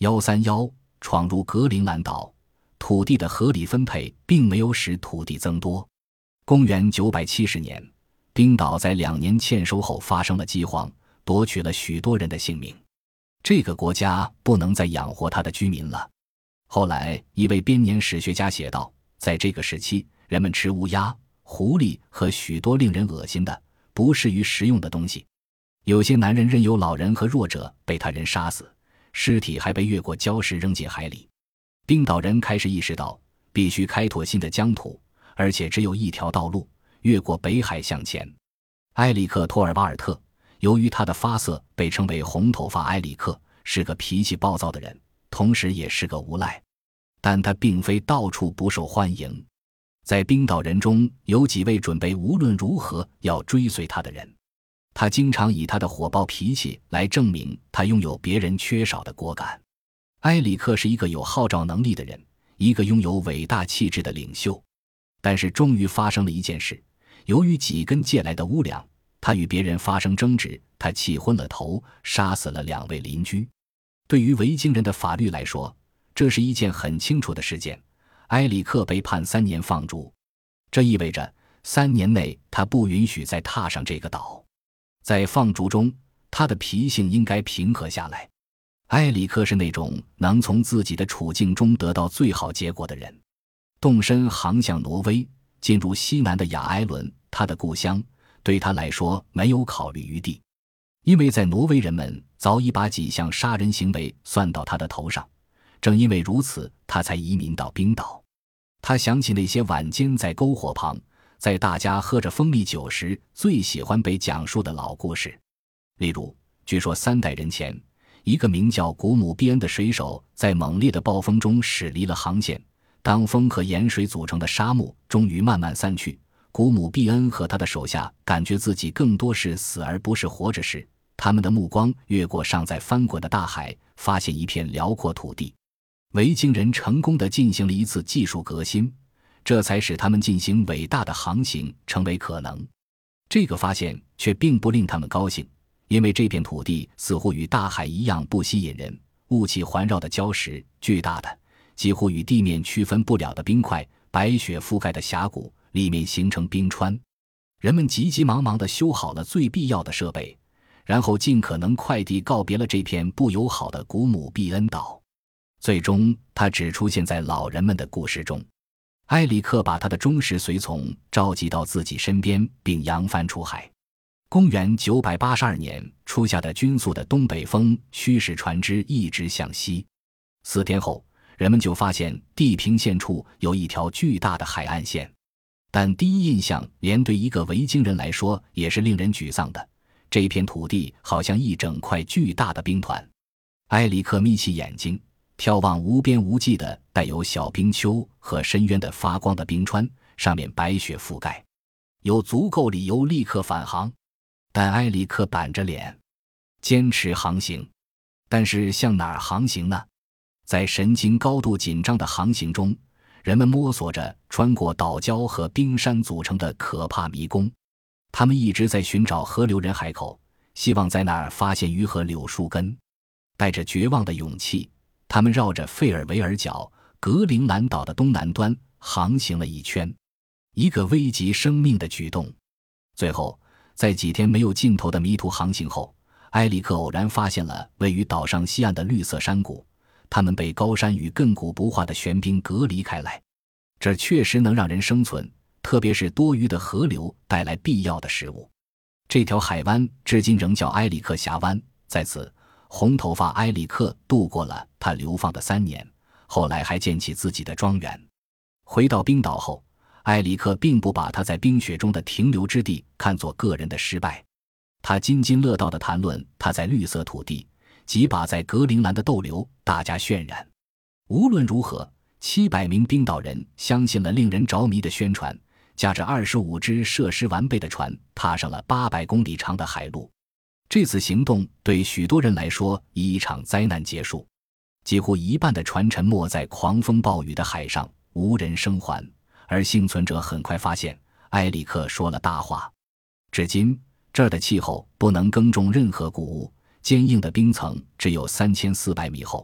131闯入格陵兰岛，土地的合理分配并没有使土地增多。公元970年，冰岛在2年欠收后发生了饥荒，夺取了许多人的性命。这个国家不能再养活它的居民了。后来一位编年史学家写道，在这个时期，人们吃乌鸦、狐狸和许多令人恶心的、不适于食用的东西。有些男人任由老人和弱者被他人杀死，尸体还被越过礁石扔进海里。冰岛人开始意识到，必须开拓新的疆土，而且只有一条道路，越过北海向前。埃里克·托尔瓦尔特，由于他的发色被称为红头发埃里克，是个脾气暴躁的人，同时也是个无赖。但他并非到处不受欢迎。在冰岛人中有几位准备无论如何要追随他的人。他经常以他的火爆脾气来证明他拥有别人缺少的果敢。埃里克是一个有号召能力的人，一个拥有伟大气质的领袖。但是终于发生了一件事，由于几根借来的乌粮，他与别人发生争执，他气昏了头，杀死了2位邻居。对于维京人的法律来说，这是一件很清楚的事件。埃里克被判3年放逐，这意味着3年内他不允许再踏上这个岛。在放逐中，他的脾性应该平和下来。埃里克是那种能从自己的处境中得到最好结果的人。动身航向挪威，进入西南的亚埃伦，他的故乡，对他来说没有考虑余地。因为在挪威人们早已把几项杀人行为算到他的头上，正因为如此，他才移民到冰岛。他想起那些晚间在篝火旁，在大家喝着蜂蜜酒时最喜欢被讲述的老故事。例如，据说3代人前，一个名叫古姆毕恩的水手在猛烈的暴风中驶离了航线。当风和盐水组成的沙漠终于慢慢散去，古姆毕恩和他的手下感觉自己更多是死而不是活着时，他们的目光越过尚在翻滚的大海，发现一片辽阔土地。维京人成功地进行了一次技术革新，这才使他们进行伟大的航行成为可能。这个发现却并不令他们高兴，因为这片土地似乎与大海一样不吸引人，雾气环绕的礁石，巨大的几乎与地面区分不了的冰块，白雪覆盖的峡谷里面形成冰川。人们急急忙忙地修好了最必要的设备，然后尽可能快地告别了这片不友好的古姆毕恩岛。最终他只出现在老人们的故事中。埃里克把他的忠实随从召集到自己身边，并扬帆出海。公元982年初夏的均速的东北风驱使船只一直向西。4天后，人们就发现地平线处有一条巨大的海岸线。但第一印象连对一个维京人来说也是令人沮丧的，这片土地好像一整块巨大的冰团。埃里克眯起眼睛，眺望无边无际的带有小冰丘和深渊的发光的冰川，上面白雪覆盖。有足够理由立刻返航，但埃里克板着脸坚持航行。但是向哪儿航行呢？在神经高度紧张的航行中，人们摸索着穿过岛礁和冰山组成的可怕迷宫。他们一直在寻找河流人海口，希望在那儿发现鱼和柳树根。带着绝望的勇气，他们绕着费尔维尔角格陵兰岛的东南端航行了一圈，一个危及生命的举动。最后，在几天没有尽头的迷途航行后，埃里克偶然发现了位于岛上西岸的绿色山谷，它们被高山与亘古不化的悬冰隔离开来。这确实能让人生存，特别是多余的河流带来必要的食物。这条海湾至今仍叫埃里克峡湾，在此，红头发埃里克度过了他流放的3年，后来还建起自己的庄园。回到冰岛后，埃里克并不把他在冰雪中的停留之地看作个人的失败，他津津乐道地谈论他在绿色土地，几把在格陵兰的逗留，大家渲染。无论如何，700名冰岛人相信了令人着迷的宣传，驾着25只设施完备的船，踏上了800公里长的海路。这次行动对许多人来说以一场灾难结束，几乎一半的船沉没在狂风暴雨的海上，无人生还。而幸存者很快发现，埃里克说了大话。至今，这儿的气候不能耕种任何谷物，坚硬的冰层只有3400米厚，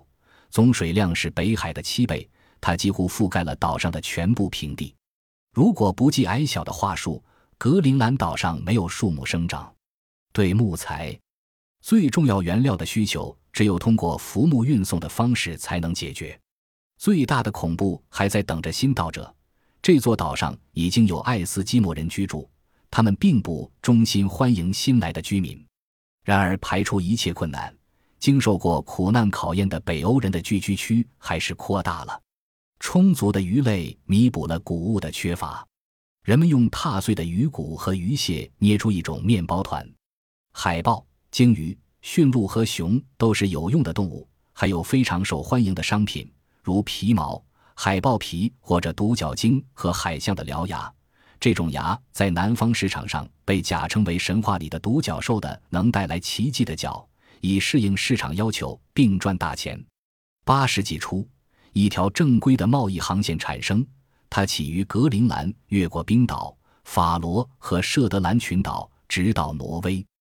总水量是北海的7倍，它几乎覆盖了岛上的全部平地。如果不计矮小的桦树，格陵兰岛上没有树木生长。对木材最重要原料的需求，只有通过浮木运送的方式才能解决。最大的恐怖还在等着新到者。这座岛上已经有爱斯基摩人居住，他们并不衷心欢迎新来的居民。然而排除一切困难，经受过苦难考验的北欧人的聚居区还是扩大了。充足的鱼类弥补了谷物的缺乏，人们用踏碎的鱼骨和鱼屑捏出一种面包团。海豹、鲸鱼、驯鹿和熊都是有用的动物，还有非常受欢迎的商品，如皮毛、海豹皮或者独角鲸和海象的獠牙。这种牙在南方市场上被假称为神话里的独角兽的能带来奇迹的角，以适应市场要求并赚大钱。8世纪初，一条正规的贸易航线产生，它起于格陵兰，越过冰岛、法罗和舍德兰群岛，直到挪威。